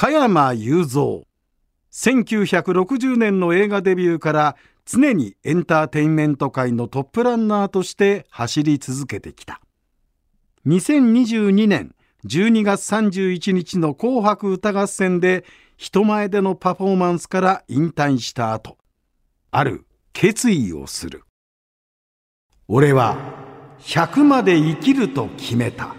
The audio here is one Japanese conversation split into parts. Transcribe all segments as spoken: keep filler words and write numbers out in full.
加山雄三。せんきゅうひゃくろくじゅうねんの映画デビューから常にエンターテインメント界のトップランナーとして走り続けてきた。にせんにじゅうにねんじゅうにがつさんじゅういちにちの紅白歌合戦で人前でのパフォーマンスから引退した後、ある決意をする。俺はひゃくまで生きると決めた。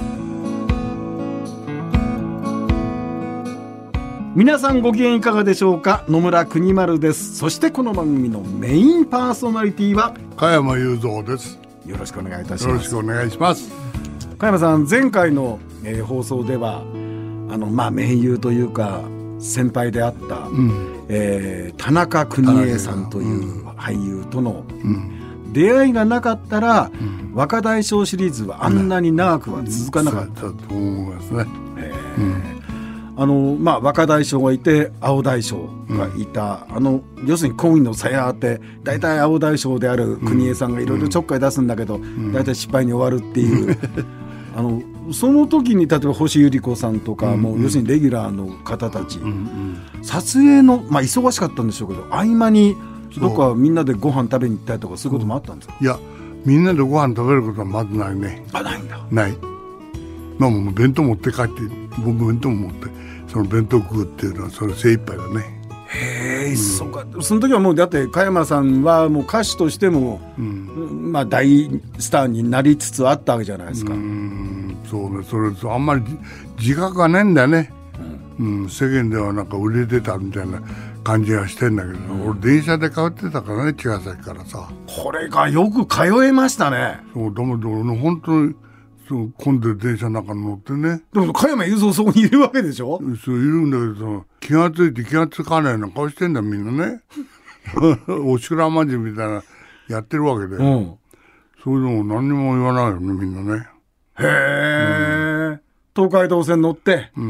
皆さんご機嫌いかがでしょうか。野村国丸です。そしてこの番組のメインパーソナリティは加山雄三です。 よろしくお願いいたします。 よろしくお願いします。 加山さん、前回の、えー、放送ではあの、まあ、盟友というか先輩であった、うんえー、田中邦衛さんという俳優との出会いがなかったら、うん、若大将シリーズはあんなに長くは続かなかった、 うん、と思いますね。 えーうんあのまあ、若大将がいて青大将がいた、うん、あの要するに懇意の鞘って大体青大将である国枝さんがいろいろちょっかい出すんだけど、うん、大体失敗に終わるっていう、うん、あのその時に例えば星百合子さんとか、うん、もう要するにレギュラーの方たち、うん、撮影の、まあ、忙しかったんでしょうけど合間にどっかみんなでご飯食べに行ったりとかそういうこともあったんですか。 いやみんなでご飯食べることはまずないね。 あないんだ。 ない。まあもう弁当持って帰って僕弁当も持ってその弁当食うっていうのはそれ精一杯だね。 へえ、うん、そうか。その時はもうだって加山さんはもう歌手としても、うん、まあ大スターになりつつあったわけじゃないですか。うんそうね。それあんまり自覚がないんだよね、うんうん、世間ではなんか売れてたみたいな感じがしてんだけど、うん、俺電車で通ってたからね茅ヶ崎からさ。 これがよく通えましたね。 そうでも本当にそう混んでる電車の中に乗ってね。 でも加山雄三そこにいるわけでしょ。 そういるんだけどさ気がついて気がつかないような顔してんだみんなねおしくらまじみたいなやってるわけで、うん、それでも何にも言わないよねみんなね。 へえ、うん、東海道線乗って、うん、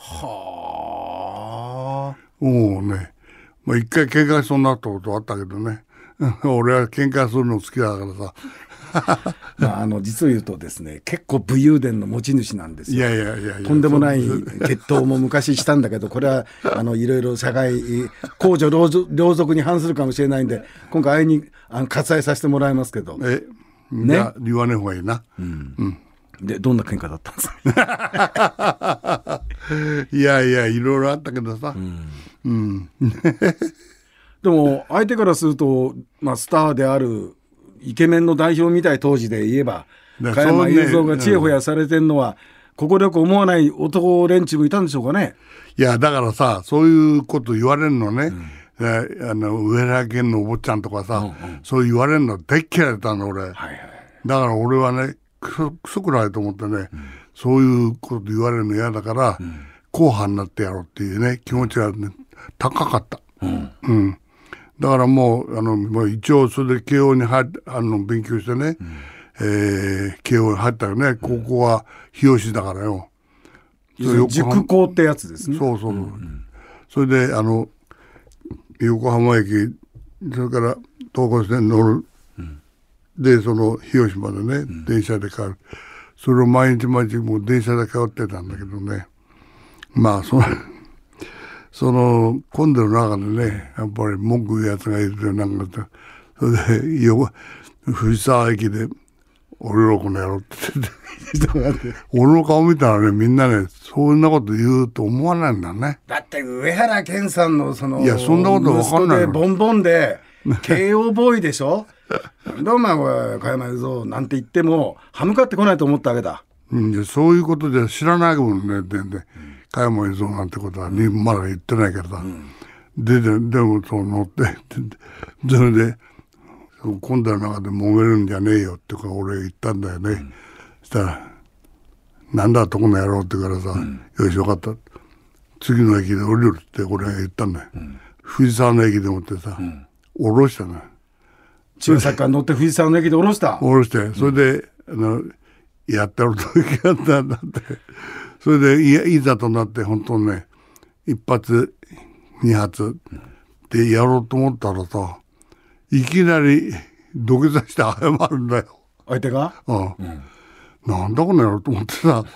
はあおおねまあ一回喧嘩しそうになったことあったけどね俺は喧嘩するの好きだからさまあ、あの実を言うとですね結構武勇伝の持ち主なんですよ。 いやいやいやいやとんでもない決闘も昔したんだけどこれはあのいろいろ社会公序良俗に反するかもしれないんで今回あいにあの割愛させてもらいますけどえ、ね、言わない方がいいな、うんうん、でどんな喧嘩だったんですかいやいやいろいろあったけどさ、うんうん、 でも相手からすると、まあ、スターであるイケメンの代表みたい当時で言えば加山雄三がちやほやされてるのは快く思わない男連中もいたんでしょうかね。 いやだからさそういうこと言われるのね、うん、あの上原県のお坊ちゃんとかさ、うんうん、そう言われるの大っ嫌いだったの俺、はいはい、だから俺はねくそ、くそくらいと思ってね、うん、そういうこと言われるの嫌だから、うん、硬派になってやろうっていうね気持ちが、ね、高かった、うんうんだからもうあのもう一応それで慶応に入あの勉強してね、うんえー、慶応に入ったよね。高校は日吉だからよ。 塾校ってやつですね。 そうそう、うんうん、それであの横浜駅それから東海線乗る、うん、でその日吉までね、うん、電車で帰る。それを毎日毎日もう電車で通ってたんだけどねまあそのその混んでる中でねやっぱり文句言うやつがいるなんかそれでよ藤沢駅で降りろこの野郎って言って俺の顔見たらねみんなねそんなこと言うと思わないんだね。 だって上原健さんのそのいやそんなこと分かんないの。 息子でボンボンで慶応ボーイでしょどうも加山雄三なんて言っても歯向かってこないと思ったわけだ、 うん、そういうことじゃ知らないもんね全然、うん加山雄三なんてことは、ね、まだ言ってないからさ、うん、で, で, でもそう乗ってそれで今度の中で揉めるんじゃねえよってか俺言ったんだよね、うん、そしたらなんだとこの野郎ってからさ、うん、よし分かった次の駅で降りるって俺が言ったんだよ、うん、藤沢の駅でもってさ、うん、降ろしたの茅ヶ崎から乗って藤沢の駅で降ろした降ろしてそれで、うん、あのやったろとやったんだってそれで い, いざとなって本当にね一発二発でやろうと思ったらさいきなり土下座して謝るんだよ相手が、 うんうん、なんだこの野郎と思ってさ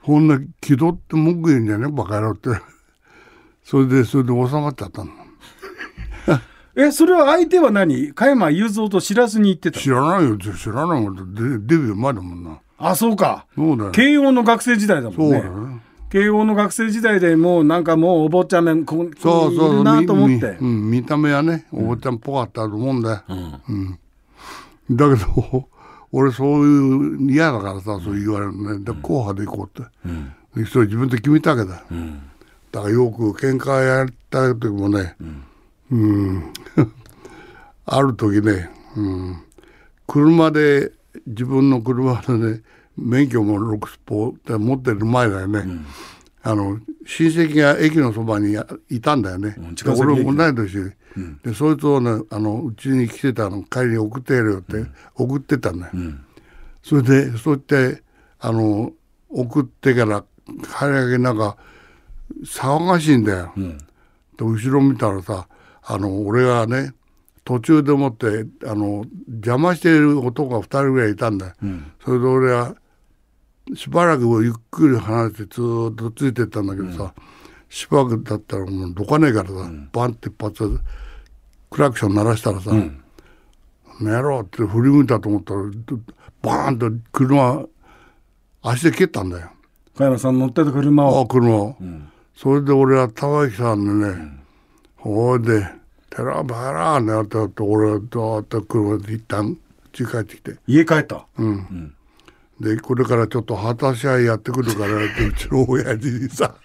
こんな気取って文句言うんじゃねえバカ野郎ってそれでそれで収まっちゃったのえそれは相手は何加山雄三と知らずに行ってた？ 知らないよ知らないもんデデビュー前だもんな。 あそうかそうだよ慶応の学生時代だもんね。 そうだよ慶応の学生時代でもうなんかもうお坊ちゃんめここそうそういるなと思って、 みみ、うん、見た目はねお坊ちゃんっぽかったと思うんだよ、うんうん、だけど俺そういう嫌だからさそう言われるねで硬派で行こうって、うん、それ自分で決めたわけだ、うん、だからよく喧嘩やった時もね、うんうん、ある時ね、うん、車で自分の車でね免許もろくスポって持ってる前だよね、うん、あの親戚が駅のそばにいたんだよね、うん、俺も同い年、うん、でそいつをねあのうちに来てたの帰りに送ってやるよって、うん、送ってたんだよ、うん、それでそうやってあの送ってから帰り上げなんか騒がしいんだよ、うん、で後ろ見たらさあの俺がね途中でもってあの邪魔している男がふたりぐらいいたんだよ、うん、それで俺はしばらくゆっくり離れてずっとついてったんだけどさ、うん、しばらくだったらもうどかねえからさ、うん、バンって一発クラクション鳴らしたらさ「うん、やろう」って振り向いたと思ったらバーンと車足で蹴ったんだよ。 加山さん乗ってた車を。 あ車を、うん、それで俺は玉木さんにね、ほ、うん、いで「てらばら」ねってやって俺はどーっと車で一旦家帰ってきて家帰った。 うん、うんでこれからちょっと果たし合いやってくるからってうちの親父にさ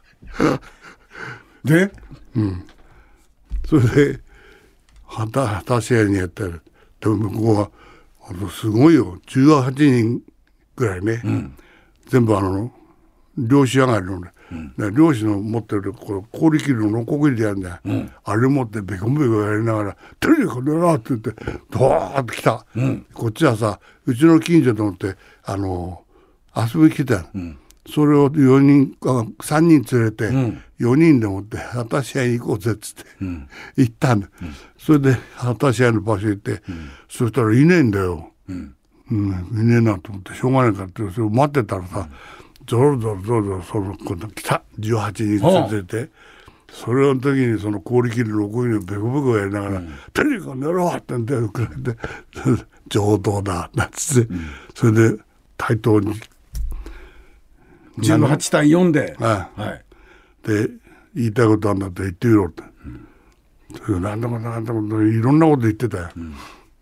で、 うん、それで果た、果たし合いにやってるでも向こうはあのすごいよじゅうはちにんぐらいね、うん、全部あの漁師上がりのね、うん、漁師の持ってるこれ氷切りのノコギリでやるんだよ、うん、あれ持ってベコベコやりながら「テレビこれな」って言ってドワーッと来た、うん、こっちはさうちの近所と思ってあの遊びに来てたよ、うん、それをよにんさんにん連れて、うん、よにんでもって果たし合いに行こうぜっつって、うん、行ったんだ、うん、それで果たし合いの場所行って、うん、そしたらいねえんだよ、うんうん、いねえなと思ってしょうがないからってそれを待ってたらさ、うんゾロゾロゾロゾロその今度来たじゅうはちにん連れてそれの時にその氷切りのこういうのベコベコやりながら「テレビが寝ろ!」って言ってくれて「上等だ」なんつって、うん、それで対等にじゅうはちたいよんで、 はい、はい、で言いたいことあるんだって言ってみろって、うん、なんだかなんだかいろんなこと言ってたよ、うん、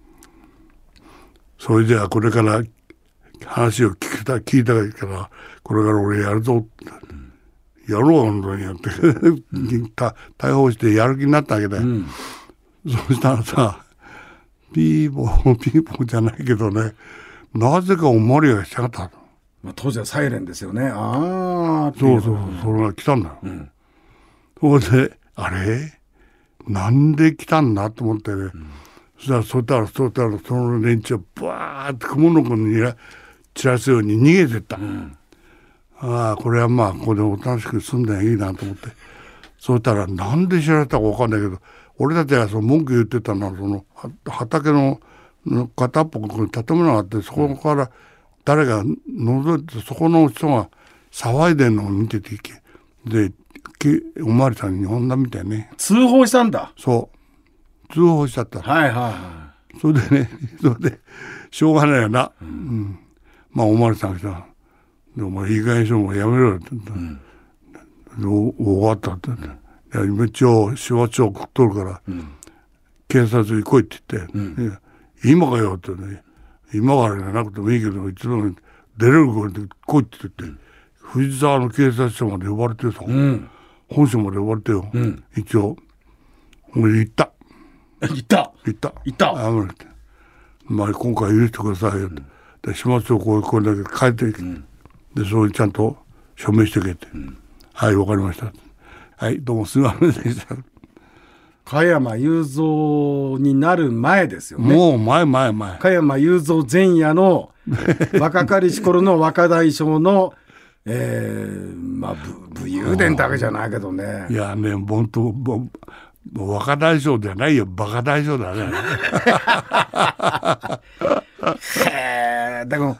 それじゃあこれから話を聞いた聞いたからこれから俺やるぞって、うん、やろう本当にやって、うん、逮捕してやる気になったわけだよ、うん、そしたらさピーボーピーボーじゃないけどねなぜかおまわりがしちゃった、 まあ、当時はサイレンですよね。ああそうそうそれが来たんだよ、うん、それであれなんで来たんだと思ってね、うん、そしたらそしたらそしたらその連中バーって雲の子に散らすように逃げてった、うん、ああこれはまあここでおとなしく住んだらいいなと思ってそうしたらなんで知られたか分かんないけど俺たちがその文句言ってたのはその畑の片っぽに建物があってそこから誰が覗いてそこの人が騒いでるのを見ててでおまわりさんに呼んだみたいね。 通報したんだ。 そう通報しちゃった。 はいはいはい。 それでねそれでしょうがないよな、うんうんまあおまわりさんがさ「お前いい加減にしろもやめろよ」って言った、うん、終わったって言って「いや今一応仕事を食っとるから、うん、警察に来い」って言って、うん、今かよ」ってね「今からじゃなくてもいいけど一度出れるから来い」って言って、うん、藤沢の警察署まで呼ばれてさ、うん、本署まで呼ばれてよ、うん、一応俺行った行った行った行ったあのまあ今回許してくださいよって、うんで始末をこれこれだけ書いて、うん、でそれにちゃんと署名してくれて、うん、はいわかりましたはいどうもすみませんでした加山雄三になる前ですよね。 もう前前前加山雄三前夜の若かりし頃の若大将のえー、まあ武勇伝だけじゃないけどねいやね本当もう若大将じゃないよバカ大将だねへえだから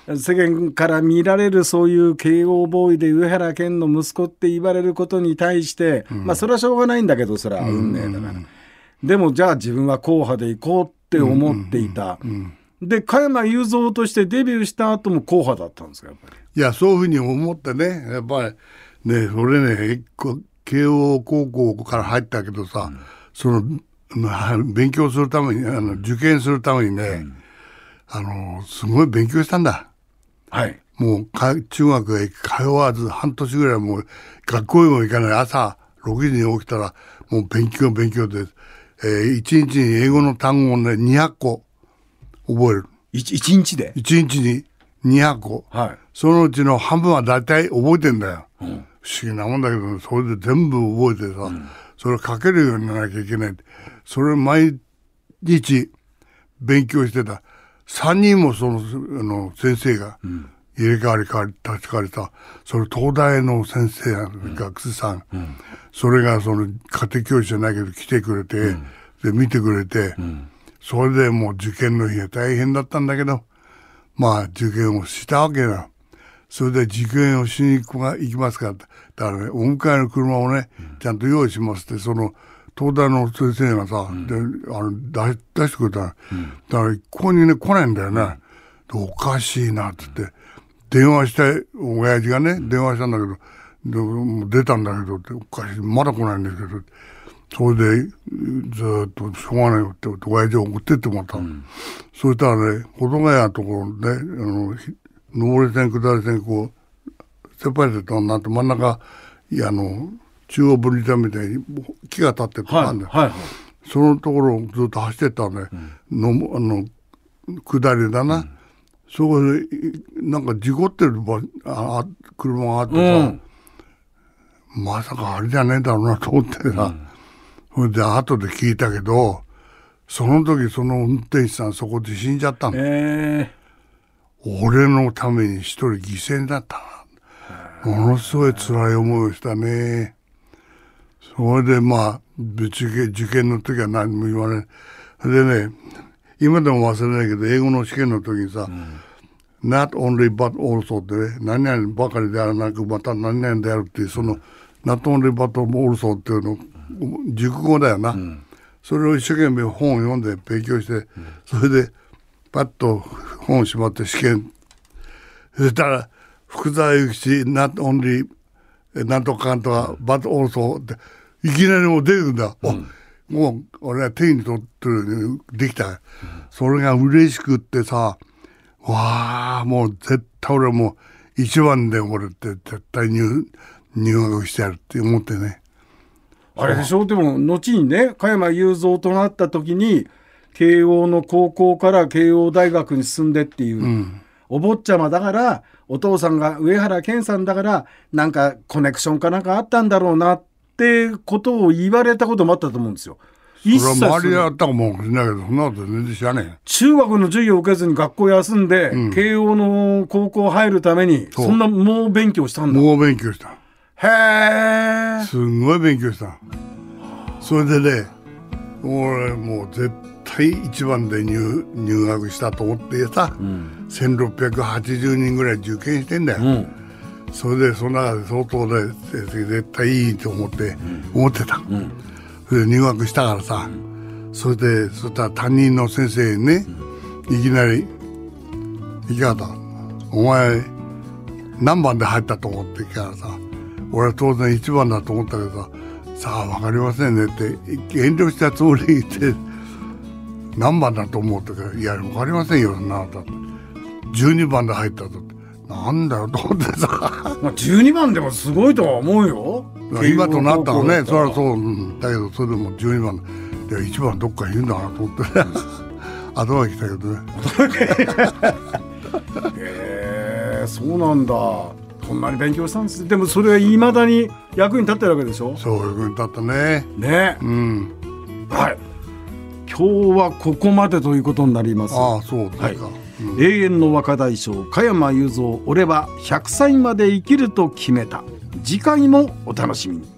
世間から見られるそういう慶応ボーイで上原健の息子って言われることに対して、うん、まあそれはしょうがないんだけど、それは運命だから、うんうん、でもじゃあ自分は硬派でいこうって思っていた、うんうんうんうん、で加山雄三としてデビューした後も硬派だったんですか？やっぱりいや、そういうふうに思ってね、やっぱりね、俺ね慶応高校から入ったけどさ、うん、その勉強するために、あの受験するためにね、うん、あのすごい勉強したんだ。 はい、もう中学へ通わず半年ぐらいもう学校へも行かない。朝ろくじに起きたらもう勉強勉強で、えー、いちにちに英語の単語をねにひゃっこ覚える。 いち, いちにちでいちにちににひゃっこ、はい、そのうちの半分は大体覚えてんだよ、うん、不思議なもんだけど、それで全部覚えてさ、うん、それを書けるようにならなきゃいけない。それを毎日勉強してた。さんにんもその、あの先生が入れ替わり変わり立ち替わりさ、それ東大の先生や、うん、学生さん、うん、それがその家庭教師じゃないけど来てくれて、うん、で見てくれて、うん、それでもう受験の日は大変だったんだけど、まあ受験をしたわけだ。それで受験をしに行きますかって、だからね、お迎えの車をね、うん、ちゃんと用意しますって、その東大の先生がさ、うん、であの 出, 出してくれたら、うん、だからここにね来ないんだよね、うん、おかしいなって言って電話して親父がね電話したんだけど、でも出たんだけどって、おかしいまだ来ないんですけど、それでずっとしょうがないよって親父を送ってってもらった、うん、そしたらね保土ヶ谷のところで、ね、あの上り線下り線こうセパレートになって真ん中いやあの中央分離帯みたいに木が立ってるとこあるんだよ、はいはいはい、そのところをずっと走ってったらね、うん、のあの下りだな、うん、そこでなんか事故ってるあ車があってさ、うん、まさかあれじゃねえだろうなと思ってさ、うん、それで後で聞いたけど、その時その運転手さんそこで死んじゃったの、えー、俺のために一人犠牲になったな。ものすごい辛い思いをしたね。それでまあ受験、受験の時は何も言わない。でね、今でも忘れないけど英語の試験の時にさ、うん、not only but also ってね、何々ばかりであらなくまた何々であるっていうその not only but also っていうの熟語だよな、うん、それを一生懸命本を読んで勉強して、うん、それでパッと本をしまって試験、そしたら福沢諭吉 not only なんとかんとか but also っていきなりもう出てくるんだ、うん、もう俺は手に取ってるできた、うん、それが嬉しくってさ、わあもう絶対俺はもう一番で俺って絶対 入, 入学してやるって思ってね。 あれでしょ、でも後にね加山雄三となった時に慶応の高校から慶応大学に進んでっていう、うん、お坊ちゃまだからお父さんが上原健さんだからなんかコネクションかなんかあったんだろうなってことを言われたこともあったと思うんですよ。 それは周りであったかもしれないけど、そんなこと全然知らねえ。 中学の授業を受けずに学校休んで、うん、慶応の高校入るために そ, そんな猛勉強したんだ。 猛勉強した。 へえ。 すごい勉強した。それでね、俺もう絶対一番で 入, 入学したと思ってさ、うん、せんろっぴゃくはちじゅうにんぐらい受験してんだよ、うん、それでその中で相当で絶対いいと思って、うん、思ってた、うん、それで入学したからさ、うん、それでそしたら担任の先生にね、うん、いきなり「池畑お前何番で入ったと思って」聞からさ、俺は当然いちばんだと思ったけどさ、さあ分かりませんねって遠慮したつもりで言って何番だと思うってから、いや分かりませんよなだってじゅうにばんで入ったとってなんだよと思ってさまあじゅうにばんでもすごいとは思うよ今となったらね、それはそう、うん、だけどそれでもじゅうにばんでいちばんどっかいるんだなと思って後は来たけどねへえそうなんだ。こんなに勉強したんです。でもそれはいまだに役に立ってるわけでしょ。 そう役に立ったね。 ね、うん、はい。今日はここまでということになります。 ああそうですか、はいうん、永遠の若大将加山雄三、俺はひゃくさいまで生きると決めた。次回もお楽しみに。